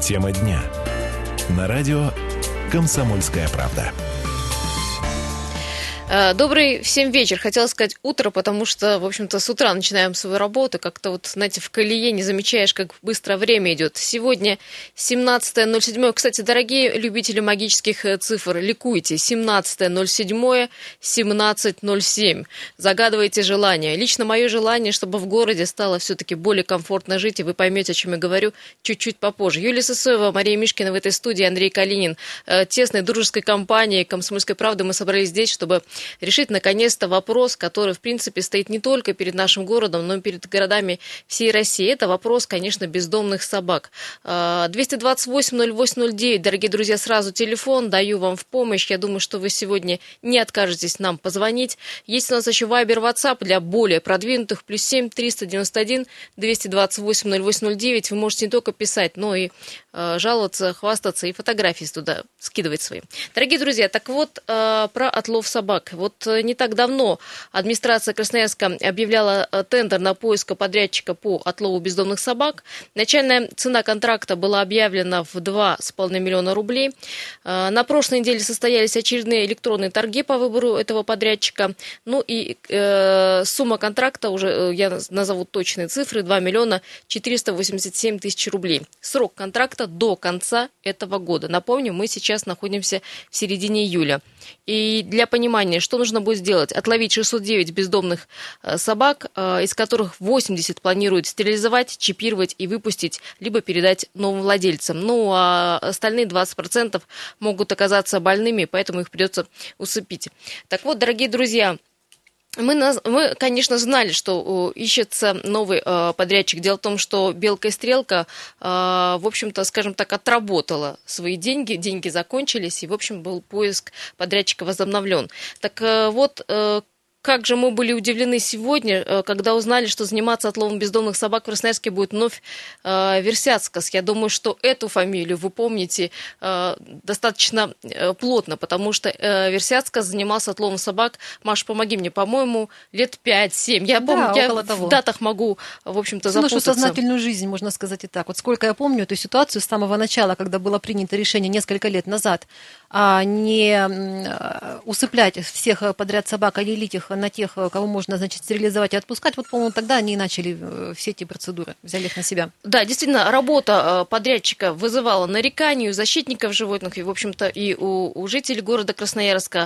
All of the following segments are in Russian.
Тема дня. На радио «Комсомольская правда». Добрый всем вечер. Хотела сказать утро, потому что, в общем-то, с утра начинаем свою работу. Как-то вот, знаете, в колее не замечаешь, как быстро время идет. Сегодня 17.07. Кстати, дорогие любители магических цифр, ликуйте. 17.07, 17.07. Загадывайте желание. Лично мое желание, чтобы в городе стало все-таки более комфортно жить, и вы поймете, о чем я говорю, чуть-чуть попозже. Юлия Сысоева, Мария Мишкина в этой студии, Андрей Калинин. Тесной дружеской компанией «Комсомольской правды» мы собрались здесь, чтобы решить, наконец-то, вопрос, который, в принципе, стоит не только перед нашим городом, но и перед городами всей России. Это вопрос, конечно, бездомных собак. 228-08-09, дорогие друзья, сразу телефон, даю вам в помощь. Я думаю, что вы сегодня не откажетесь нам позвонить. Есть у нас еще Viber, WhatsApp для более продвинутых, +7 391 228 0809. Вы можете не только писать, но и жаловаться, хвастаться и фотографии туда скидывать свои. Дорогие друзья, так вот, про отлов собак. Вот не так давно администрация Красноярска объявляла тендер на поиск подрядчика по отлову бездомных собак. Начальная цена контракта была объявлена в 2,5 миллиона рублей. На прошлой неделе состоялись очередные электронные торги по выбору этого подрядчика. Ну и сумма контракта, уже я назову точные цифры, 2 миллиона 487 тысяч рублей. Срок контракта до конца этого года. Напомню, мы сейчас находимся в середине июля. И для понимания, что нужно будет сделать? Отловить 609 бездомных собак, из которых 80 планируют стерилизовать, чипировать и выпустить, либо передать новым владельцам. Ну, а остальные 20% могут оказаться больными, поэтому их придется усыпить. Так вот, дорогие друзья, мы, конечно, знали, что ищется новый подрядчик. Дело в том, что «Белка и стрелка», в общем-то, скажем так, отработала свои деньги. Деньги закончились, и, в общем, был поиск подрядчика возобновлен. Так вот, как же мы были удивлены сегодня, когда узнали, что заниматься отловом бездомных собак в Красноярске будет вновь Версяцкас. Я думаю, что эту фамилию вы помните достаточно плотно, потому что Версяцкас занимался отловом собак, Маша, помоги мне, по-моему, лет 5-7. Я помню, я в датах могу, в общем-то, запутаться. Нашу сознательную жизнь, можно сказать и так. Вот сколько я помню эту ситуацию с самого начала, когда было принято решение несколько лет назад не усыплять всех подряд собак, а делить их на тех, кого можно, значит, стерилизовать и отпускать. Вот, по-моему, тогда они начали все эти процедуры, взяли их на себя. Да, действительно, работа подрядчика вызывала нарекания у защитников животных, и, в общем-то, и у жителей города Красноярска.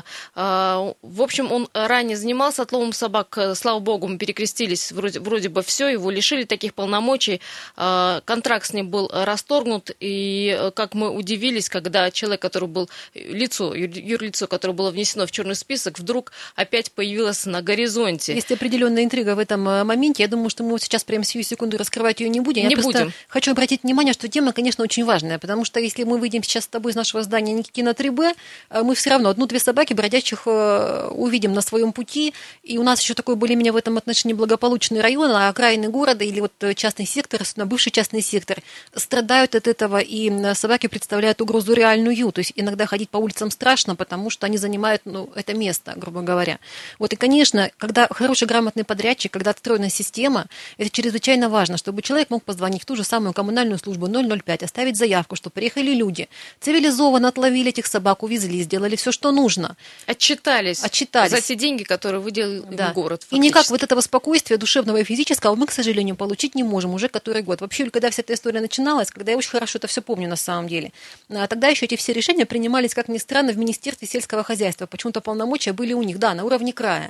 В общем, он ранее занимался отловом собак. Слава богу, мы перекрестились, вроде бы все, его лишили таких полномочий. Контракт с ним был расторгнут, и как мы удивились, когда человек, который был юрлицо, которое было внесено в черный список, вдруг опять появилось на горизонте. Есть определенная интрига в этом моменте. Я думаю, что мы вот сейчас прямо сию секунду раскрывать ее не будем. Я просто хочу обратить внимание, что тема, конечно, очень важная, потому что если мы выйдем сейчас с тобой из нашего здания Никитина 3Б, мы все равно одну-две собаки бродячих увидим на своем пути, и у нас еще такой более-менее в этом отношении благополучный район, а окраины города или вот частный сектор, особенно бывший частный сектор, страдают от этого, и собаки представляют угрозу реальную, то есть иногда ходить по улицам страшно, потому что они занимают, это место, грубо говоря. Вот, и, конечно, когда хороший, грамотный подрядчик, когда отстроена система, это чрезвычайно важно, чтобы человек мог позвонить в ту же самую коммунальную службу 005, оставить заявку, что приехали люди, цивилизованно отловили этих собак, увезли, сделали все, что нужно. Отчитались. За те деньги, которые выделил город. Фактически. И никак вот этого спокойствия душевного и физического мы, к сожалению, получить не можем уже который год. Вообще, когда вся эта история начиналась, когда я очень хорошо это все помню на самом деле, тогда еще эти все решения принимались, как ни странно, в Министерстве сельского хозяйства. Почему-то полномочия были у них, на уровне края.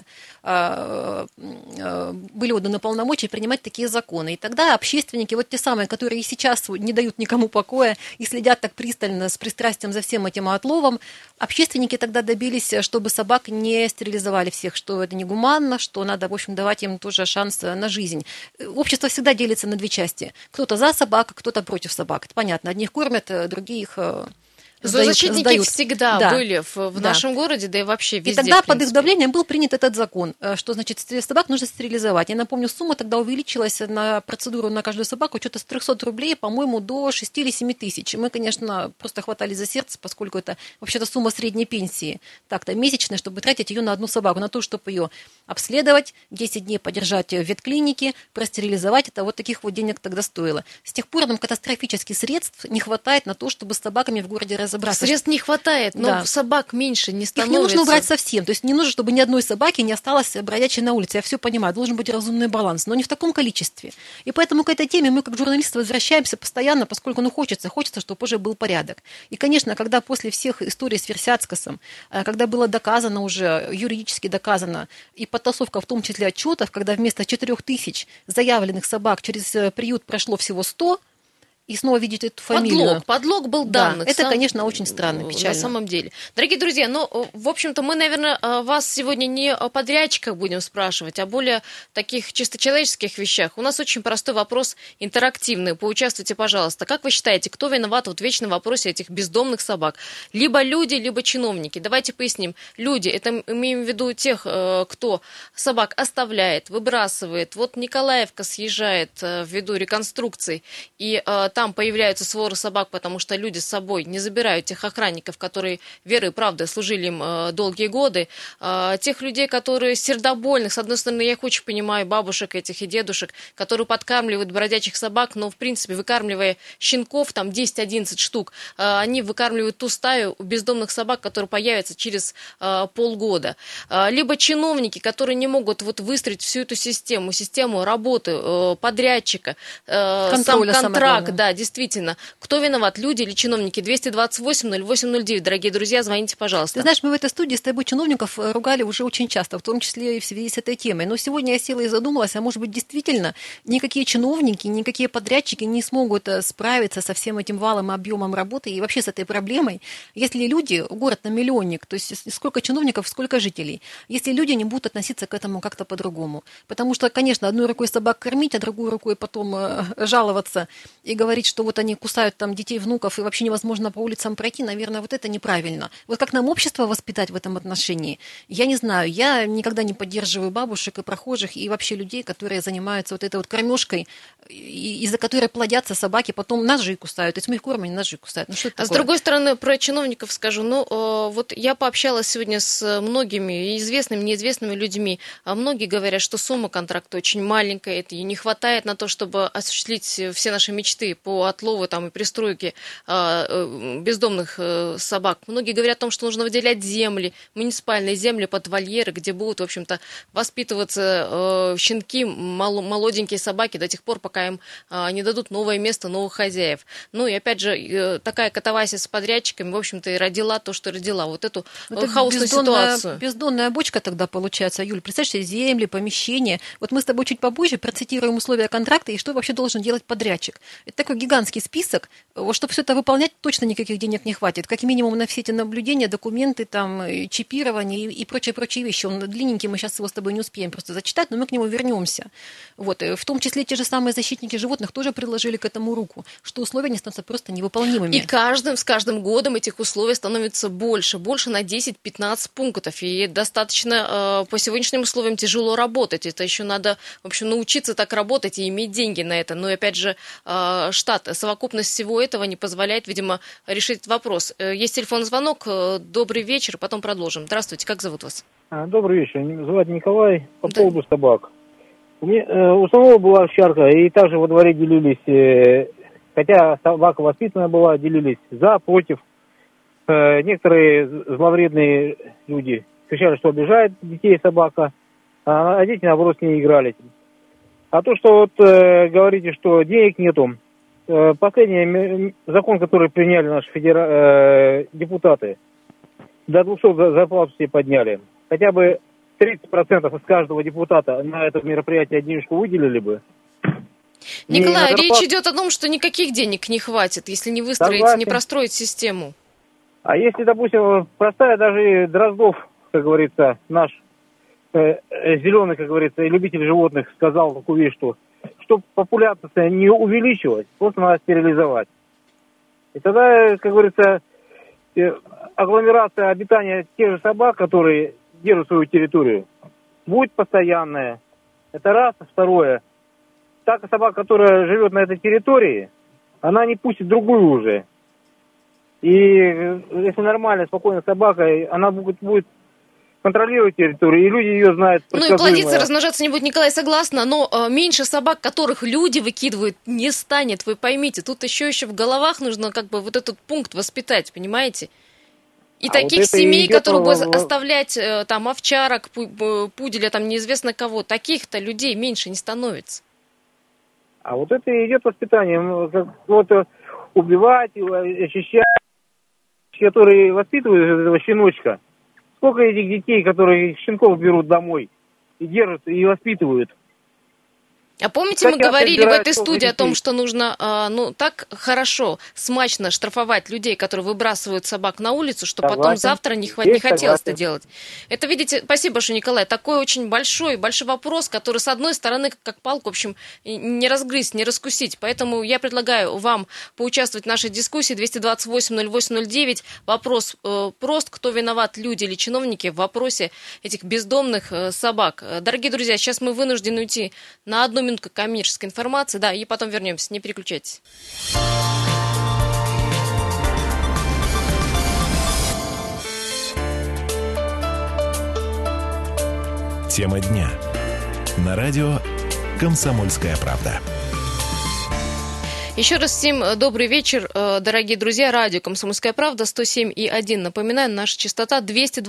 Были отданы полномочия принимать такие законы. И тогда общественники, вот те самые, которые и сейчас не дают никому покоя и следят так пристально, с пристрастием за всем этим отловом, общественники тогда добились, чтобы собак не стерилизовали всех, что это негуманно, что надо, в общем, давать им тоже шанс на жизнь. Общество всегда делится на две части. Кто-то за собак, кто-то против собак. Это понятно. Одних кормят, другие их Зоозащитники всегда были в нашем городе, да и вообще везде. И тогда под их давлением был принят этот закон, что, значит, собак нужно стерилизовать. Я напомню, сумма тогда увеличилась на процедуру на каждую собаку что-то с 300 рублей, по-моему, до 6 или 7 тысяч. Мы, конечно, просто хватались за сердце, поскольку это вообще-то сумма средней пенсии, так-то месячная, чтобы тратить ее на одну собаку, на то, чтобы ее обследовать, 10 дней подержать в ветклинике, простерилизовать. Это вот таких вот денег тогда стоило. С тех пор нам катастрофически средств не хватает на то, чтобы с собаками в городе разобраться. Средств не хватает, но собак меньше не становится. Их не нужно убрать совсем. То есть не нужно, чтобы ни одной собаки не осталось бродячей на улице. Я все понимаю, должен быть разумный баланс, но не в таком количестве. И поэтому к этой теме мы, как журналисты, возвращаемся постоянно, поскольку хочется, чтобы уже был порядок. И, конечно, когда после всех историй с Версяцкосом, когда было доказано уже, юридически доказано, и подтасовка в том числе отчетов, когда вместо 4000 заявленных собак через приют прошло всего 100, и снова видеть эту фамилию. Подлог был дан. Да, это, конечно, очень странно, печально. На самом деле. Дорогие друзья, в общем-то, мы, наверное, вас сегодня не о подрядчиках будем спрашивать, а более таких чисто человеческих вещах. У нас очень простой вопрос, интерактивный. Поучаствуйте, пожалуйста. Как вы считаете, кто виноват в вечном вопросе этих бездомных собак? Либо люди, либо чиновники. Давайте поясним. Люди, это имеем в виду тех, кто собак оставляет, выбрасывает. Вот Николаевка съезжает ввиду реконструкции, и там появляются своры собак, потому что люди с собой не забирают тех охранников, которые верой и правдой служили им долгие годы. Тех людей, которые сердобольных, с одной стороны, я их очень понимаю, бабушек этих и дедушек, которые подкармливают бродячих собак, но, в принципе, выкармливая щенков, там 10-11 штук, они выкармливают ту стаю бездомных собак, которые появятся через полгода. Либо чиновники, которые не могут выстроить всю эту систему работы подрядчика, сам контракт, да, действительно. Кто виноват, люди или чиновники? 228-08-09, дорогие друзья, звоните, пожалуйста. Ты знаешь, мы в этой студии с тобой чиновников ругали уже очень часто, в том числе и в связи с этой темой. Но сегодня я села и задумалась, а может быть, действительно, никакие чиновники, никакие подрядчики не смогут справиться со всем этим валом и объемом работы и вообще с этой проблемой, если люди, город на миллионник, то есть сколько чиновников, сколько жителей, если люди не будут относиться к этому как-то по-другому. Потому что, конечно, одной рукой собак кормить, а другой рукой потом жаловаться и говорить, что вот они кусают там детей, внуков, и вообще невозможно по улицам пройти, наверное, вот это неправильно. Вот как нам общество воспитать в этом отношении, я не знаю. Я никогда не поддерживаю бабушек и прохожих, и вообще людей, которые занимаются вот этой вот кормежкой, из-за которой плодятся собаки, потом нас же и кусают. То есть мы их кормим, нас же и кусают. А с другой стороны, про чиновников скажу. Вот я пообщалась сегодня с многими известными, неизвестными людьми. А многие говорят, что сумма контракта очень маленькая, это ей не хватает на то, чтобы осуществить все наши мечты по отлову там, и пристройке бездомных собак. Многие говорят о том, что нужно выделять земли, муниципальные земли под вольеры, где будут, в общем-то, воспитываться щенки, молоденькие собаки до тех пор, пока им не дадут новое место, новых хозяев. Ну и опять же, такая катавасия с подрядчиками, в общем-то, и родила то, что родила. Вот эту хаосную ситуацию. Бездонная бочка тогда получается, Юль. Представь себе, земли, помещения. Вот мы с тобой чуть попозже процитируем условия контракта и что вообще должен делать подрядчик. Это такой гигантский список. Вот чтобы все это выполнять, точно никаких денег не хватит. Как минимум на все эти наблюдения, документы, там, чипирование и прочие вещи. Он длинненький, мы сейчас его с тобой не успеем просто зачитать, но мы к нему вернемся. Вот. В том числе те же самые защитники животных тоже приложили к этому руку, что условия не становятся просто невыполнимыми. И с каждым годом этих условий становится больше на 10-15 пунктов. И достаточно по сегодняшним условиям тяжело работать. Это еще надо, в общем, научиться так работать и иметь деньги на это. Но, опять же, штат, совокупность всего этого не позволяет, видимо, решить этот вопрос. Есть телефонный звонок. Добрый вечер, потом продолжим. Здравствуйте, как зовут вас? Добрый вечер. Меня зовут Николай. По поводу собак. У самого была овчарка, и также во дворе делились, хотя собака воспитанная была, делились за, против. Некоторые зловредные люди кричали, что обижает детей собака, а дети, наоборот, с ней играли. А то, что вот говорите, что денег нету, последний закон, который приняли наши депутаты, до 200 зарплату себе подняли. Хотя бы 30% из каждого депутата на это мероприятие денежку выделили бы. Николай, речь идет о том, что никаких денег не хватит, если не выстроить, не простроить систему. А если, допустим, простая даже Дроздов, как говорится, наш зеленый, как говорится, и любитель животных сказал такую вещь, что чтобы популяция не увеличилась, просто надо стерилизовать. И тогда, как говорится, агломерация обитания тех же собак, которые держат свою территорию, будет постоянная. Это раз. Второе. Та собака, которая живет на этой территории, она не пустит другую уже. И если нормальная, спокойная собака, она будет контролировать территорию, и люди ее знают. Ну и плодиться, размножаться не будет, Николай, согласна, но меньше собак, которых люди выкидывают, не станет, вы поймите. Тут еще в головах нужно как бы вот этот пункт воспитать, понимаете? И таких вот семей, которые будут оставлять там овчарок, пуделя, там неизвестно кого, таких-то людей меньше не становится. А вот это и идет воспитание. Вот убивать, очищать, которые воспитывают этого щеночка. Сколько этих детей, которые щенков берут домой и держат, и воспитывают? А помните, мы говорили в этой студии о том, что нужно, так хорошо, смачно штрафовать людей, которые выбрасывают собак на улицу, чтобы потом завтра не хотелось это делать. Это, видите, спасибо большое, Николай, такой очень большой вопрос, который, с одной стороны, как палку, в общем, не разгрызть, не раскусить. Поэтому я предлагаю вам поучаствовать в нашей дискуссии. 228-08-09. Вопрос прост. Кто виноват, люди или чиновники, в вопросе этих бездомных собак. Дорогие друзья, сейчас мы вынуждены уйти на одну минутку коммерческой информации, и потом вернемся. Не переключайтесь. Тема дня. На радио «Комсомольская правда». Еще раз всем добрый вечер, дорогие друзья. Радио «Комсомольская правда», 107,1. Напоминаю, наша частота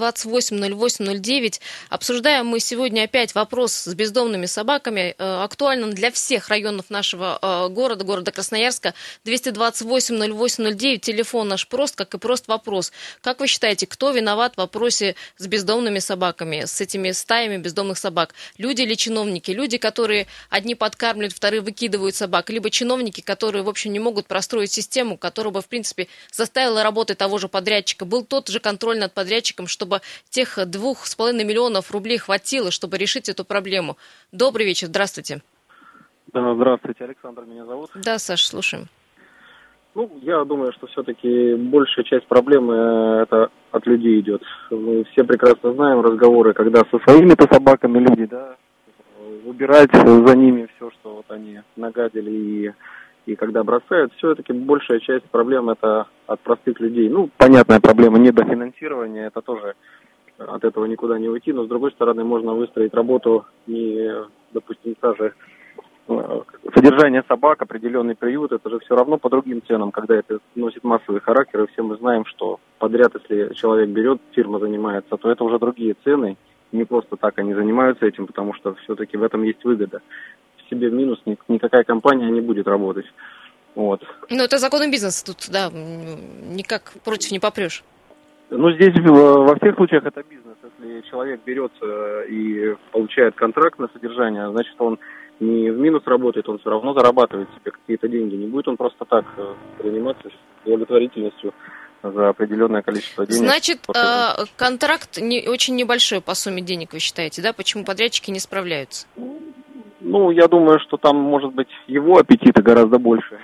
228-08-09. Обсуждаем мы сегодня опять вопрос с бездомными собаками. Актуально для всех районов нашего города Красноярска. 228-08-09. Телефон наш прост, как и прост вопрос. Как вы считаете, кто виноват в вопросе с бездомными собаками, с этими стаями бездомных собак? Люди или чиновники? Люди, которые одни подкармливают, вторые выкидывают собак, либо чиновники, которые в общем, не могут простроить систему, которая бы, в принципе, заставила работать того же подрядчика. Был тот же контроль над подрядчиком, чтобы тех 2,5 миллионов рублей хватило, чтобы решить эту проблему. Добрый вечер, здравствуйте. Да, здравствуйте, Александр меня зовут. Да, Саша, слушаем. Я думаю, что все-таки большая часть проблемы это от людей идет. Мы все прекрасно знаем разговоры, когда со своими-то собаками люди, выбирать за ними все, что вот они нагадили и когда бросают, все-таки большая часть проблем это от простых людей. Понятная проблема недофинансирования, это тоже от этого никуда не уйти, но с другой стороны можно выстроить работу допустим, даже содержание собак, определенный приют, это же все равно по другим ценам, когда это носит массовый характер, и все мы знаем, что подряд, если человек берет, фирма занимается, то это уже другие цены, не просто так они занимаются этим, потому что все-таки в этом есть выгода. Себе в минус никакая компания не будет работать. Вот. Это законы бизнеса тут, никак против не попрешь. Здесь во всех случаях это бизнес. Если человек берет и получает контракт на содержание, значит, он не в минус работает, он все равно зарабатывает себе какие-то деньги. Не будет он просто так заниматься благотворительностью за определенное количество денег. Значит, контракт очень небольшой по сумме денег, вы считаете, да? Почему подрядчики не справляются? Я думаю, что там, может быть, его аппетиты гораздо больше,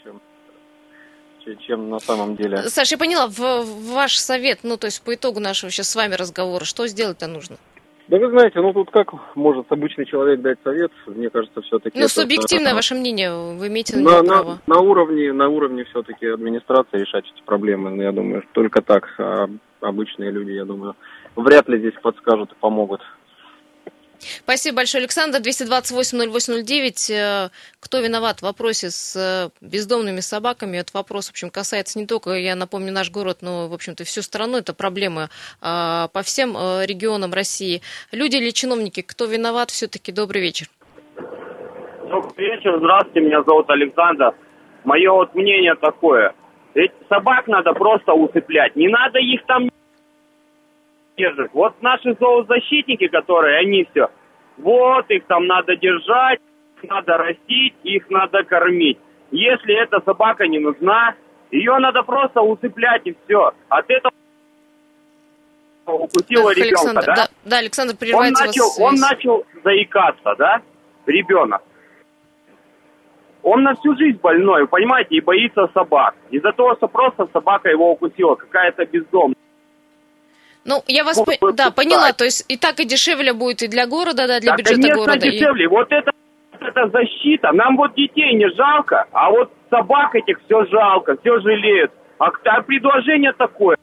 чем на самом деле. Саша, я поняла, ваш совет, то есть по итогу нашего сейчас с вами разговора, что сделать-то нужно? Да вы знаете, тут как может обычный человек дать совет, мне кажется, все-таки... Субъективное ваше мнение, вы имеете на него право. На уровне все-таки администрации решать эти проблемы, я думаю, только так, обычные люди, я думаю, вряд ли здесь подскажут и помогут. Спасибо большое, Александр. 228-08-09. Кто виноват в вопросе с бездомными собаками? Этот вопрос, в общем, касается не только, я напомню, наш город, но, в общем-то, всю страну. Это проблема по всем регионам России. Люди или чиновники, кто виноват все-таки? Добрый вечер. Добрый вечер, здравствуйте, меня зовут Александр. Мое мнение такое. Собак надо просто усыплять. Не надо их там держать. Вот наши зоозащитники, которые, они все, их там надо держать, их надо растить, их надо кормить. Если эта собака не нужна, ее надо просто усыплять и все. От этого укусила ребенка, да? Да, Александр, прерывается он начал заикаться, да, ребенок. он на всю жизнь больной, вы понимаете, и боится собак. Из-за того, что просто собака его укусила, какая-то бездомная. Ну, я вас поняла, то есть и так и дешевле будет и для города, да, для да, бюджета конечно, города. Дешевле. Вот это защита. Нам вот детей не жалко, а вот собак этих все жалко, все жалеют. А предложение такое.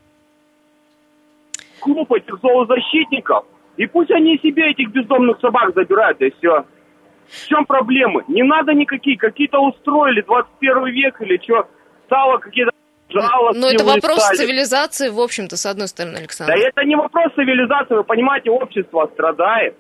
Клуб этих зоозащитников, и пусть они себе этих бездомных собак забирают, и все. В чем проблемы? Не надо никакие, какие-то устроили, 21 век или что, стало какие-то жалобы. Но это вопрос цивилизации, в общем-то, с одной стороны, Александр. Да это не вопрос цивилизации, вы понимаете, общество страдает.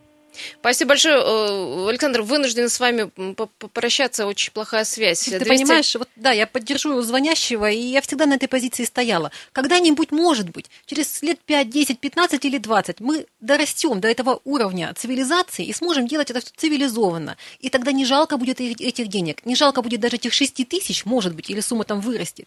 Спасибо большое. Александр, вынужден с вами попрощаться, очень плохая связь. Ты понимаешь, вот да, я поддержу звонящего, и я всегда на этой позиции стояла. Когда-нибудь, может быть, через лет 5, 10, 15 или 20 мы дорастем до этого уровня цивилизации и сможем делать это цивилизованно. И тогда не жалко будет этих денег, не жалко будет даже этих 6 тысяч, может быть, или сумма там вырастет,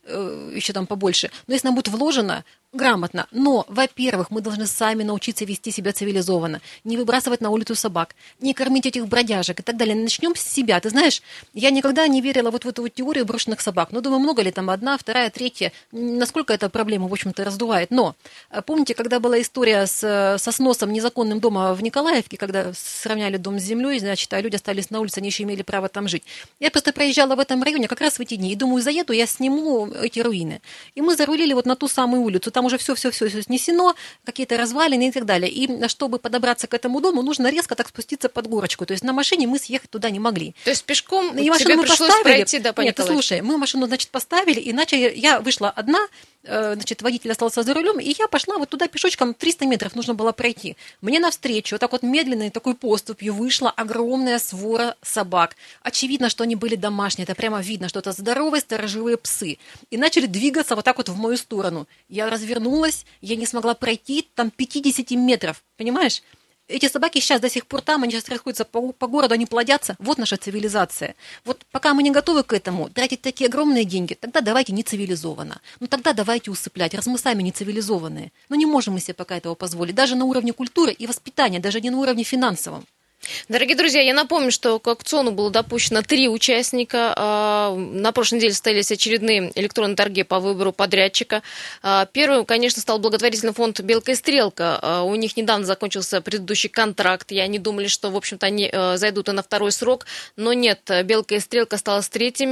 еще там побольше. Но если нам будет вложено грамотно. Но, во-первых, мы должны сами научиться вести себя цивилизованно, не выбрасывать на улицу собак, не кормить этих бродяжек и так далее. Начнем с себя. Ты знаешь, я никогда не верила вот в эту вот теорию брошенных собак. Но думаю, много ли там, 1, 2, 3, насколько эта проблема, в общем-то, раздувает. Но помните, когда была история со сносом незаконным дома в Николаевке, когда сравняли дом с землей, значит, а люди остались на улице, они еще имели право там жить. Я просто проезжала в этом районе как раз в эти дни и думаю, заеду, я сниму эти руины. И мы зарулили вот на ту самую улицу. Там уже все снесено, какие-то развалины и так далее. И чтобы подобраться к этому дому, нужно резко так спуститься под горочку. То есть на машине мы съехать туда не могли. То есть пешком и тебе пришлось пройти до Нет, слушай, мы машину, значит, поставили, иначе я вышла одна, значит, водитель остался за рулем, и я пошла вот туда пешочком, 300 метров нужно было пройти. Мне навстречу, вот так вот медленной такой поступью вышла огромная свора собак. Очевидно, что они были домашние, это прямо видно, что это здоровые сторожевые псы. И начали двигаться вот так вот в мою сторону. Я развернулась, я не смогла пройти там 50 метров, понимаешь? Эти собаки сейчас до сих пор там, они сейчас расходятся по городу, они плодятся. Вот наша цивилизация. Вот пока мы не готовы к этому, тратить такие огромные деньги, тогда давайте не цивилизованно. Ну тогда давайте усыплять, раз мы сами не цивилизованные. Но не можем мы себе пока этого позволить. Даже на уровне культуры и воспитания, даже не на уровне финансовом. Дорогие друзья, я напомню, что к аукциону было допущено 3 участника. На прошлой неделе состоялись очередные электронные торги по выбору подрядчика. Первым, конечно, стал благотворительный фонд «Белка и стрелка». У них недавно закончился предыдущий контракт, и они думали, что, в общем-то, они зайдут и на второй срок. Но нет, «Белка и стрелка» осталась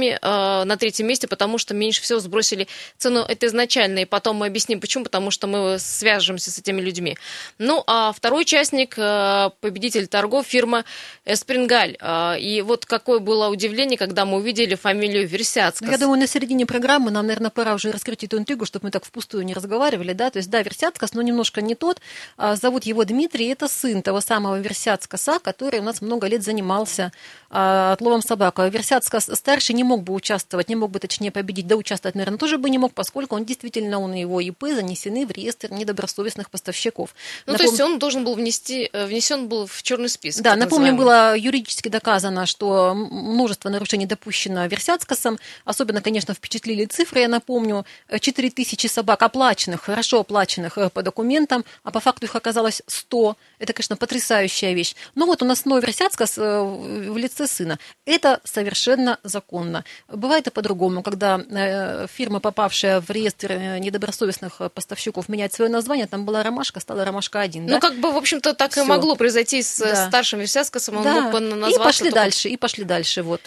на третьем месте, потому что меньше всего сбросили цену. Это изначально, и потом мы объясним, почему, потому что мы свяжемся с этими людьми. Ну, а второй участник, победитель торгов, фирма «Эспрингаль». И вот какое было удивление, когда мы увидели фамилию Версяцкас. Я думаю, на середине программы нам, наверное, пора уже раскрыть эту интригу, чтобы мы так впустую не разговаривали, да, то есть, да, Версяцкас, но немножко не тот. Зовут его Дмитрий, это сын того самого Версяцкаса, который у нас много лет занимался отловом собак. Версяцкас старший не мог бы участвовать, не мог бы, точнее, победить, да, участвовать, наверное, тоже бы не мог, поскольку он действительно, он и его ИП занесены в реестр недобросовестных поставщиков. Ну, то есть он должен был внесен был в черный список. Да, напомню, было юридически доказано, что множество нарушений допущено Версяцкасом. Особенно, конечно, впечатлили цифры, я напомню. 4000 собак оплаченных, хорошо оплаченных по документам, а по факту их оказалось 100. Это, конечно, потрясающая вещь. Но вот у нас новый Версяцкас в лице сына. Это совершенно законно. Бывает и по-другому, когда фирма, попавшая в реестр недобросовестных поставщиков, меняет свое название, там была «Ромашка», стала «Ромашка-1». Ну, да? Как бы, в общем-то, так и могло произойти с старшим Версяцкасом, он мог бы назваться. И пошли дальше. Вот.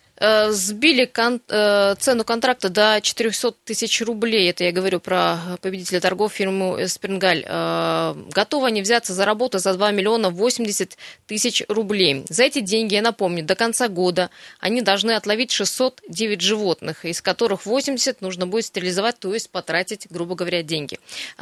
Сбили цену контракта до 400 тысяч рублей. Это я говорю про победителя торгов фирму «Эспрингаль». Готовы они взяться за работу за 2 миллиона 80 тысяч рублей. За эти деньги, я напомню, до конца года они должны отловить 609 животных, из которых 80 нужно будет стерилизовать, то есть потратить, грубо говоря, деньги.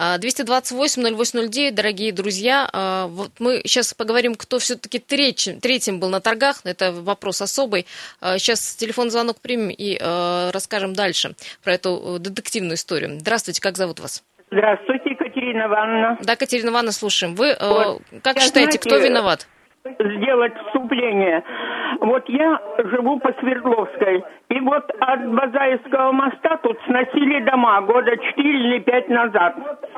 228-08-09, дорогие друзья, вот мы сейчас поговорим, кто все-таки третьим был на торгах. Это вопрос особый. Сейчас телефонный звонок примем и расскажем дальше про эту детективную историю. Здравствуйте, как зовут вас? Здравствуйте, Екатерина Ивановна. Да, Екатерина Ивановна, слушаем. Вы как считаете, кто виноват? Сделать вступление. Вот я живу по Свердловской, и вот от Базаевского моста тут сносили дома года 4 или 5 назад.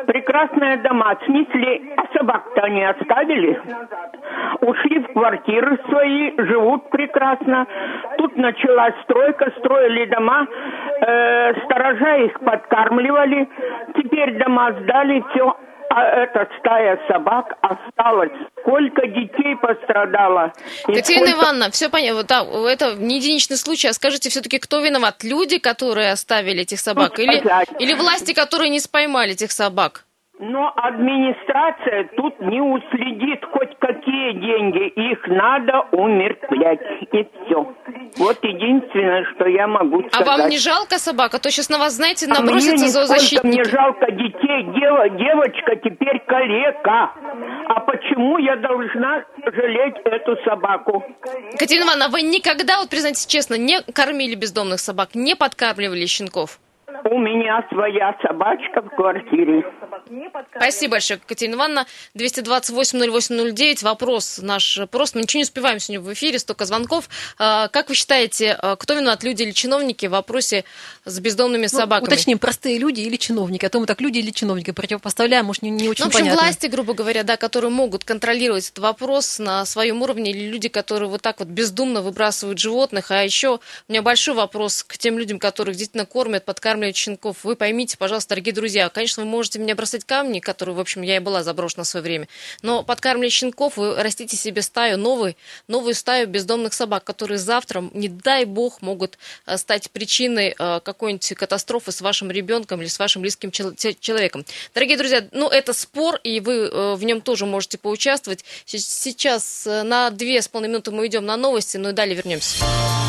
прекрасные дома снесли, а собак-то они оставили. Ушли в квартиры свои, живут прекрасно. Тут началась стройка, строили дома, сторожа их подкармливали. Теперь дома сдали, все. А эта стая собак осталась. Сколько детей пострадало. Катерина Ивановна, все понятно. Да, это не единичный случай. А скажите, все-таки кто виноват? Люди, которые оставили этих собак? Или власти, которые не споймали этих собак? Но администрация тут не уследит хоть какие деньги. Их надо умертвлять. И все. Вот единственное, что я могу сказать. А вам не жалко собак? А то сейчас на вас, знаете, набросятся зоозащитники. Мне жалко детей. Девочка теперь калека. А почему я должна жалеть эту собаку? Катерина Ивановна, вы никогда, вот признайтесь честно, не кормили бездомных собак, не подкармливали щенков? У меня своя собачка в квартире. Спасибо большое, Катерина Ивановна. 228-08-09. Вопрос наш просто. Мы ничего не успеваем сегодня в эфире, столько звонков. Как вы считаете, кто виноват, люди или чиновники в вопросе с бездомными собаками? Уточним, простые люди или чиновники. А то мы так люди или чиновники противопоставляем, может, не очень понятно. В общем, власти, грубо говоря, да, которые могут контролировать этот вопрос на своем уровне, или люди, которые вот так вот бездумно выбрасывают животных. А еще у меня большой вопрос к тем людям, которых действительно кормят, подкармливают щенков. Вы поймите, пожалуйста, дорогие друзья, конечно, вы можете меня бросать камни, которые, в общем, я и была заброшена в свое время, но подкармливая щенков, вы растите себе стаю, новую стаю бездомных собак, которые завтра, не дай бог, могут стать причиной какой-нибудь катастрофы с вашим ребенком или с вашим близким человеком. Дорогие друзья, это спор, и вы в нем тоже можете поучаствовать. Сейчас на 2,5 минуты мы идем на новости, и далее вернемся.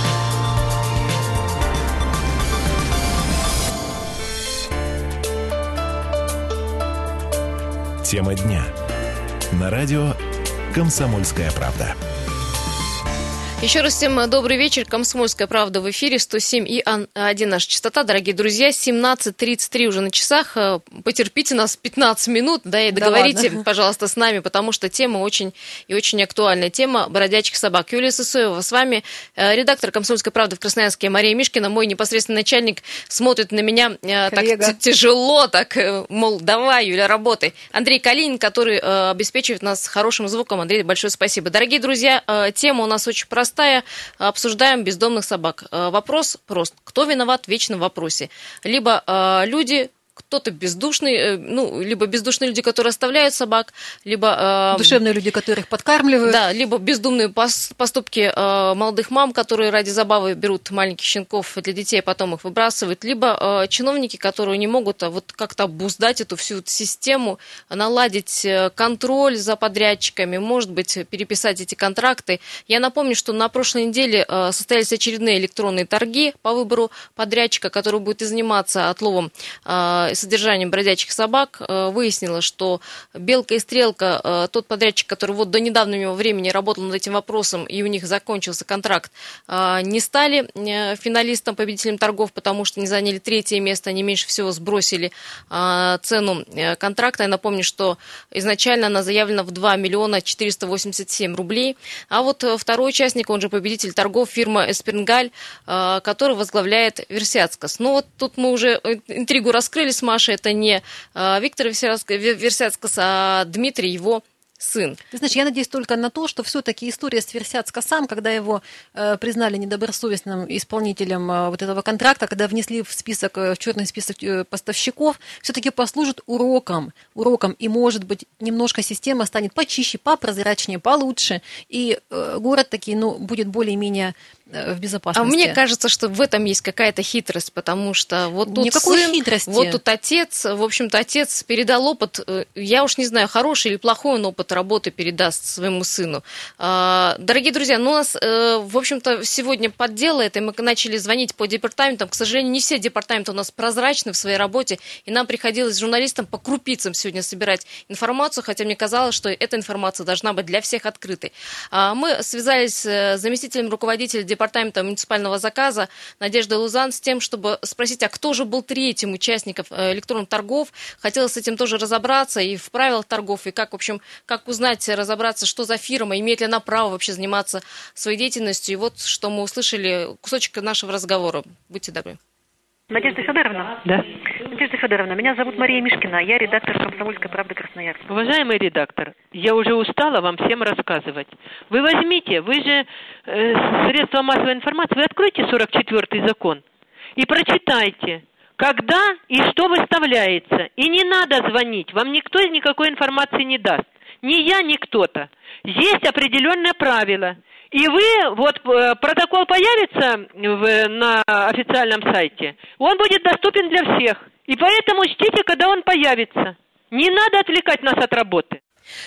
Тема дня. На радио «Комсомольская правда». Еще раз всем добрый вечер. «Комсомольская правда» в эфире, 107,1 наша частота. Дорогие друзья, 17:33 уже на часах. Потерпите нас 15 минут, да, и договорите, пожалуйста, с нами, потому что тема очень и очень актуальная. Тема бродячих собак. Юлия Сысоева с вами, редактор «Комсомольской правды» в Красноярске Мария Мишкина. Мой непосредственный начальник смотрит на меня так тяжело, так, мол, давай, Юля, работай. Андрей Калинин, который обеспечивает нас хорошим звуком. Андрей, большое спасибо. Дорогие друзья, тема у нас очень простая. Обсуждаем бездомных собак. Вопрос прост. Кто виноват в вечном вопросе? Либо люди, кто-то бездушный, либо бездушные люди, которые оставляют собак, либо... душевные люди, которых подкармливают. Да, либо бездумные поступки молодых мам, которые ради забавы берут маленьких щенков для детей, а потом их выбрасывают, либо чиновники, которые не могут вот как-то обуздать эту всю систему, наладить контроль за подрядчиками, может быть, переписать эти контракты. Я напомню, что на прошлой неделе состоялись очередные электронные торги по выбору подрядчика, который будет и заниматься отловом содержанием бродячих собак. Выяснилось, что «Белка и Стрелка», тот подрядчик, который вот до недавнего времени работал над этим вопросом, и у них закончился контракт, не стали финалистом, победителем торгов, потому что не заняли 3-е место, они меньше всего сбросили цену контракта. Я напомню, что изначально она заявлена в 2 487 рублей. А вот второй участник, он же победитель торгов, фирма «Эспернгаль», который возглавляет Версятскас. Вот тут мы уже интригу раскрыли с Машей, это не Виктор Версятскас, а Дмитрий, его сын. Ты знаешь, я надеюсь только на то, что все-таки история с Версятскасом, когда его признали недобросовестным исполнителем вот этого контракта, когда внесли в черный список поставщиков, все-таки послужит уроком, и, может быть, немножко система станет почище, попрозрачнее, получше, и город таки, будет более-менее в безопасности. А мне кажется, что в этом есть какая-то хитрость, потому что вот тут никакой сын, хитрости. Вот тут отец, в общем-то, отец передал опыт, я уж не знаю, хороший или плохой он опыт работы передаст своему сыну. Дорогие друзья, у нас, в общем-то, сегодня поддело это, и мы начали звонить по департаментам. К сожалению, не все департаменты у нас прозрачны в своей работе, и нам приходилось журналистам по крупицам сегодня собирать информацию, хотя мне казалось, что эта информация должна быть для всех открытой. Мы связались с заместителем руководителя департамента муниципального заказа Надеждой Лузан с тем, чтобы спросить, а кто же был третьим участником электронных торгов. Хотелось с этим тоже разобраться и в правилах торгов, и как узнать, разобраться, что за фирма, имеет ли она право вообще заниматься своей деятельностью. И вот что мы услышали, кусочек нашего разговора. Будьте добры. Надежда Федоровна? Да. Надежда Федоровна, меня зовут Мария Мишкина, я редактор «Комсомольской правды» Красноярск. Уважаемый редактор, я уже устала вам всем рассказывать. Вы возьмите, вы же средства массовой информации, вы откройте 44-й закон и прочитайте, когда и что выставляется. И не надо звонить, вам никто никакой информации не даст. Ни я, ни кто-то. Есть определенное правило. И вы, вот протокол появится на официальном сайте, он будет доступен для всех. И поэтому ждите, когда он появится. Не надо отвлекать нас от работы.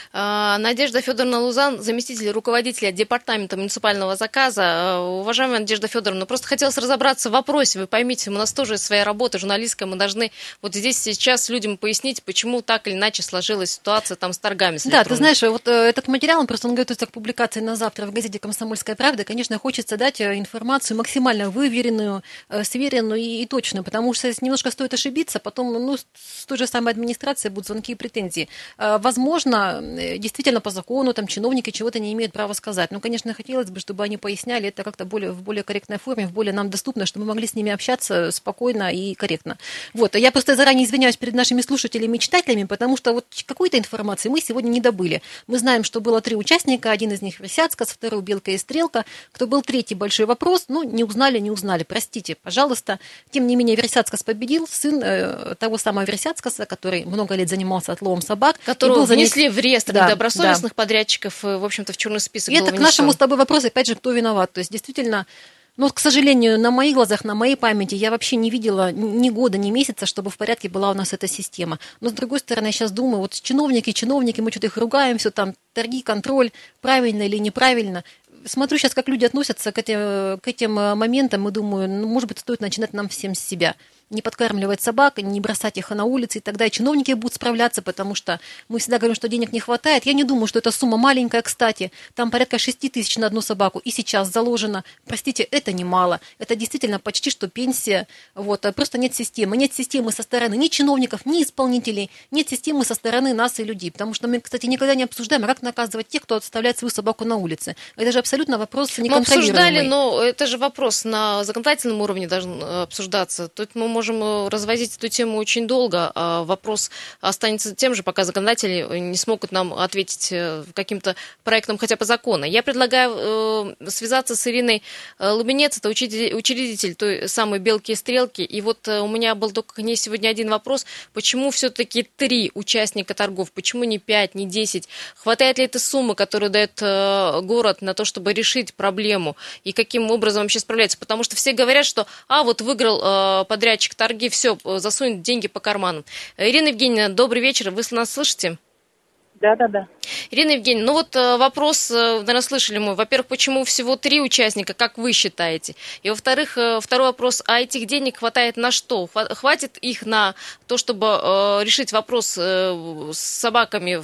Надежда Федоровна Лузан, заместитель руководителя департамента муниципального заказа. Уважаемая Надежда Федоровна, просто хотелось разобраться в вопросе. Вы поймите, у нас тоже есть своя работа журналистская, мы должны вот здесь сейчас людям пояснить, почему так или иначе сложилась ситуация там с торгами. Да, ты знаешь, вот этот материал, он готовится к публикации на завтра в газете «Комсомольская правда». Конечно, хочется дать информацию максимально выверенную, сверенную и точную, потому что немножко стоит ошибиться, потом с той же самой администрации будут звонки и претензии. Возможно, действительно по закону там чиновники чего-то не имеют права сказать. Ну, конечно, хотелось бы, чтобы они поясняли это как-то в более корректной форме, в более нам доступно, чтобы мы могли с ними общаться спокойно и корректно. Вот, я просто заранее извиняюсь перед нашими слушателями и читателями, потому что вот какой-то информации мы сегодня не добыли. Мы знаем, что было 3 участника, один из них Версятскас, второй Белка и Стрелка. Кто был третий, большой вопрос, не узнали, простите, пожалуйста. Тем не менее, Версятскас победил, сын того самого Версятскаса, который много лет занимался отловом собак. Которого внесли в реестр недобросовестных подрядчиков, в общем-то, в черный список. И это к нашему с тобой вопросу, опять же, кто виноват. То есть, действительно, к сожалению, на моих глазах, на моей памяти, я вообще не видела ни года, ни месяца, чтобы в порядке была у нас эта система. Но, с другой стороны, я сейчас думаю, вот чиновники, мы что-то их ругаем, все там, торги, контроль, правильно или неправильно. Смотрю сейчас, как люди относятся к этим моментам, и думаю, может быть, стоит начинать нам всем с себя. Не подкармливать собак, не бросать их на улице, и тогда и чиновники будут справляться, потому что мы всегда говорим, что денег не хватает. Я не думаю, что эта сумма маленькая, кстати. Там порядка 6 тысяч на одну собаку, и сейчас заложено. Простите, это немало. Это действительно почти что пенсия. Вот. Просто нет системы. Нет системы со стороны ни чиновников, ни исполнителей. Нет системы со стороны нас и людей. Потому что мы, кстати, никогда не обсуждаем, как наказывать тех, кто оставляет свою собаку на улице. Это же абсолютно вопрос неконтролируемый. Мы обсуждали, но это же вопрос на законодательном уровне должен обсуждаться. Тут мы можем развозить эту тему очень долго, а вопрос останется тем же, пока законодатели не смогут нам ответить каким-то проектом хотя бы закона. Я предлагаю связаться с Ириной Лубенец, это учредитель той самой «Белки и стрелки». И вот у меня был только к ней сегодня один вопрос. Почему все-таки 3 участника торгов? Почему не 5, не 10? Хватает ли этой суммы, которую дает город на то, чтобы решить проблему? И каким образом вообще справляется? Потому что все говорят, что вот выиграл подрядчик торги, все, засунет деньги по карманам. Ирина Евгеньевна, добрый вечер, вы нас слышите? Да. Ирина Евгеньевна, вопрос, наверное, слышали мы. Во-первых, почему всего 3 участника, как вы считаете? И во-вторых, второй вопрос, а этих денег хватает на что? Хватит их на то, чтобы решить вопрос с собаками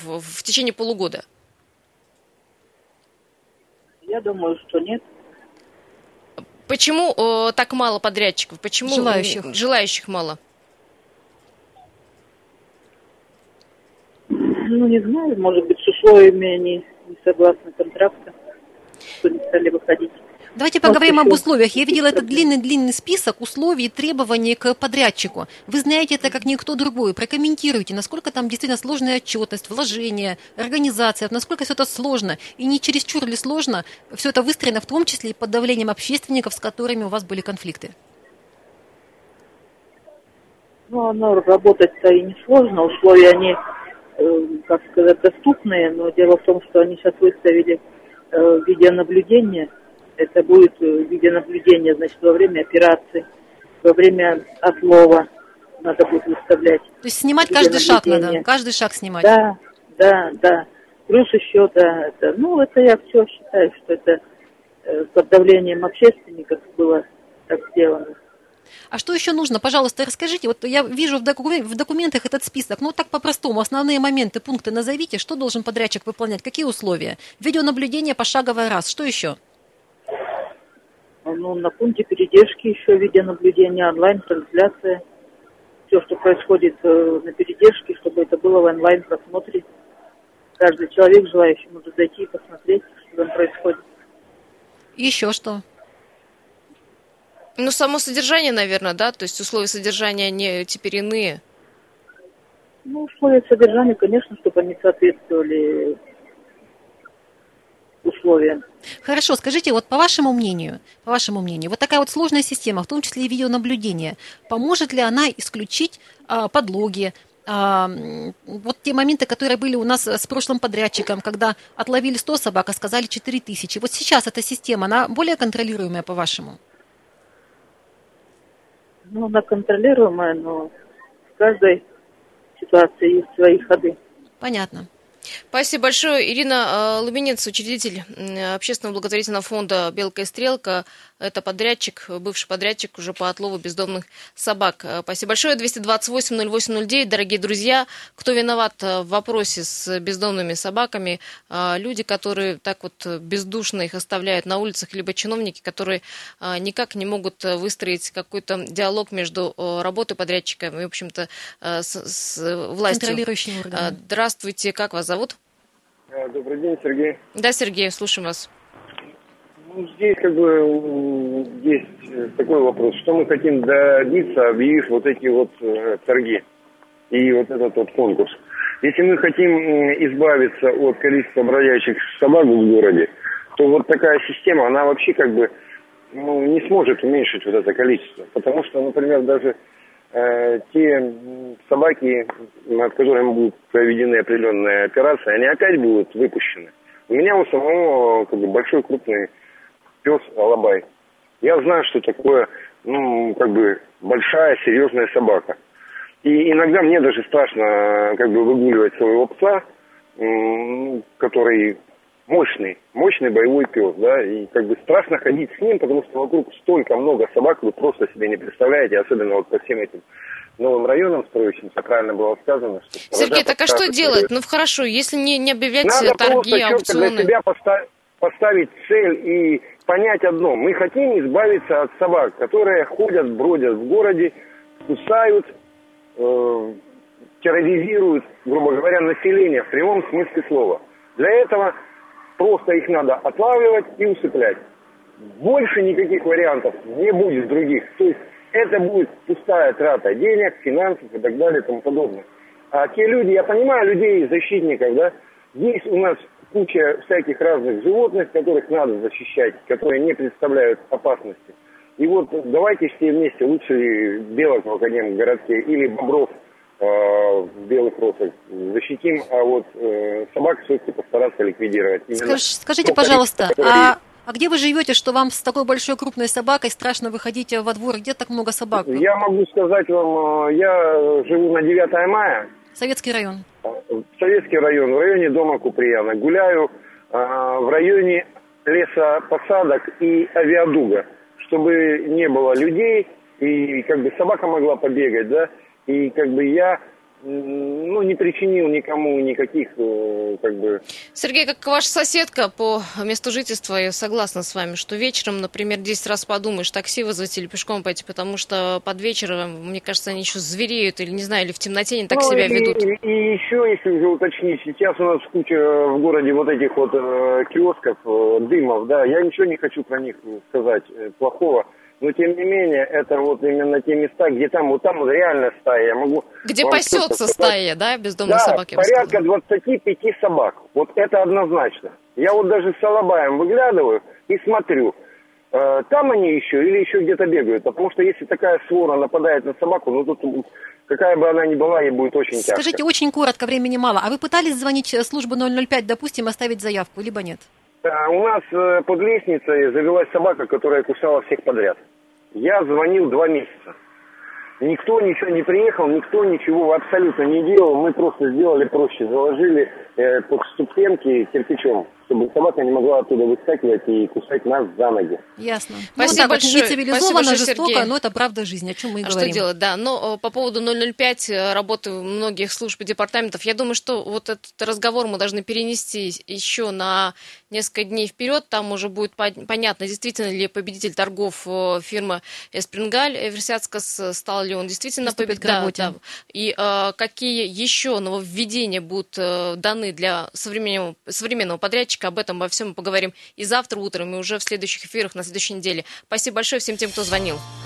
в течение полугода? Я думаю, что нет. Почему так мало подрядчиков? Почему желающих мало? Не знаю, может быть, с условиями они не согласны контракта, что не стали выходить. Давайте поговорим об условиях. Я видела этот длинный список условий и требований к подрядчику. Вы знаете это как никто другой. Прокомментируйте, насколько там действительно сложная отчетность, вложения, организация, насколько все это сложно. И не чересчур ли сложно все это выстроено, в том числе и под давлением общественников, с которыми у вас были конфликты? Оно работать-то и не сложно. Условия, они, как сказать, доступные. Но дело в том, что они сейчас выставили видеонаблюдение. Это будет видеонаблюдение, значит, во время операции, во время отлова надо будет выставлять. То есть снимать каждый шаг надо, каждый шаг снимать. Да. Плюс еще, это я все считаю, что это под давлением общественников было так сделано. А что еще нужно? Пожалуйста, расскажите. Вот я вижу в документах этот список. Так по-простому. Основные моменты, пункты назовите. Что должен подрядчик выполнять? Какие условия? Видеонаблюдение пошагово раз. Что еще? На пункте передержки еще видеонаблюдение, онлайн-трансляция. Все, что происходит на передержке, чтобы это было в онлайн-просмотре. Каждый человек, желающий, может зайти и посмотреть, что там происходит. Еще что? Ну, само содержание, наверное, да? То есть условия содержания, они теперь иные. Ну, условия содержания, конечно, чтобы они соответствовали условиям. Хорошо, скажите, вот по вашему мнению, вот такая вот сложная система, в том числе и видеонаблюдение, поможет ли она исключить подлоги, вот те моменты, которые были у нас с прошлым подрядчиком, когда отловили 100 собак, а сказали 4000. Вот сейчас эта система, она более контролируемая, по-вашему? Ну, она контролируемая, но в каждой ситуации есть свои ходы. Понятно. Спасибо большое. Ирина Лубенец, учредитель общественного благотворительного фонда «Белка и стрелка». Это подрядчик, бывший подрядчик уже по отлову бездомных собак. Спасибо большое. 228-08-09. Дорогие друзья, кто виноват в вопросе с бездомными собаками? Люди, которые так вот бездушно их оставляют на улицах, либо чиновники, которые никак не могут выстроить какой-то диалог между работой подрядчика и, в общем-то, с властью. Контролирующим органом. Здравствуйте, как вас зовут? Добрый день, Сергей. Да, Сергей, слушаем вас. Ну, здесь есть такой вопрос. Что мы хотим добиться, объявив вот эти вот торги и вот этот вот конкурс? Если мы хотим избавиться от количества бродячих собак в городе, то вот такая система, она вообще не сможет уменьшить вот это количество. Потому что, например, даже те собаки, над которыми будут проведены определенные операции, они опять будут выпущены. У меня у самого большой крупный пес Алабай. Я знаю, что такое, большая, серьезная собака. И иногда мне даже страшно выгуливать своего пса, который мощный боевой пес, да, и страшно ходить с ним, потому что вокруг столько много собак, вы просто себе не представляете, особенно вот по всем этим новым районам строящимся, правильно было сказано. Что Сергей, так а что делать? Ну, хорошо, если не объявлять надо торги, аукционы. Надо для себя поставить цель и понять одно. Мы хотим избавиться от собак, которые ходят, бродят в городе, кусают, терроризируют, грубо говоря, население в прямом смысле слова. Для этого просто их надо отлавливать и усыплять. Больше никаких вариантов не будет других. То есть это будет пустая трата денег, финансов и так далее и тому подобное. А те люди, я понимаю людей, защитников, да, есть у нас куча всяких разных животных, которых надо защищать, которые не представляют опасности. И вот давайте все вместе, лучше белок в Академгородке или бобров в белых росах защитим, а вот собак все-таки постараться ликвидировать. Скажите, пожалуйста, а где вы живете, что вам с такой большой крупной собакой страшно выходить во двор? Где так много собак? Я могу сказать вам, я живу на 9 мая. Советский район. Советский район, в районе дома Куприяна. Гуляю в районе лесопосадок и авиадуга, чтобы не было людей, и собака могла побегать, да, и я не причинил никому никаких, Сергей, как ваша соседка по месту жительства, я согласна с вами, что вечером, например, 10 раз подумаешь, такси вызвать или пешком пойти, потому что под вечером, мне кажется, они еще звереют, или, не знаю, или в темноте не так себя ведут. И еще, если уже уточнить, сейчас у нас куча в городе вот этих вот киосков, дымов, да, я ничего не хочу про них сказать плохого. Но, тем не менее, это вот именно те места, где там реально стая. Я могу где пасется стая, да, бездомные собаки? Да, порядка 25 собак. Вот это однозначно. Я вот даже с Алабаем выглядываю и смотрю, там они еще или еще где-то бегают. Потому что если такая свора нападает на собаку, тут какая бы она ни была, ей будет очень тяжко. Скажите, очень коротко, времени мало. А вы пытались звонить в службу 005, допустим, оставить заявку, либо нет? У нас под лестницей завелась собака, которая кусала всех подряд. Я звонил 2 месяца. Никто ничего не приехал, никто ничего абсолютно не делал. Мы просто сделали проще. Заложили под ступеньки кирпичом, чтобы собака не могла оттуда выскакивать и кусать нас за ноги. Ясно. Спасибо большое. Не цивилизованно, жестоко, Сергей. но это правда жизни, о чем мы и говорим. Что делать, да. Но по поводу 005, работы многих служб и департаментов, я думаю, что вот этот разговор мы должны перенести еще на несколько дней вперед. Там уже будет понятно, действительно ли победитель торгов фирма Эспрингаль Версятскас, стал ли он действительно победителем. Да. И какие еще нововведения будут даны нужны для современного подрядчика. Об этом, обо всем мы поговорим и завтра утром, и уже в следующих эфирах на следующей неделе. Спасибо большое всем тем, кто звонил.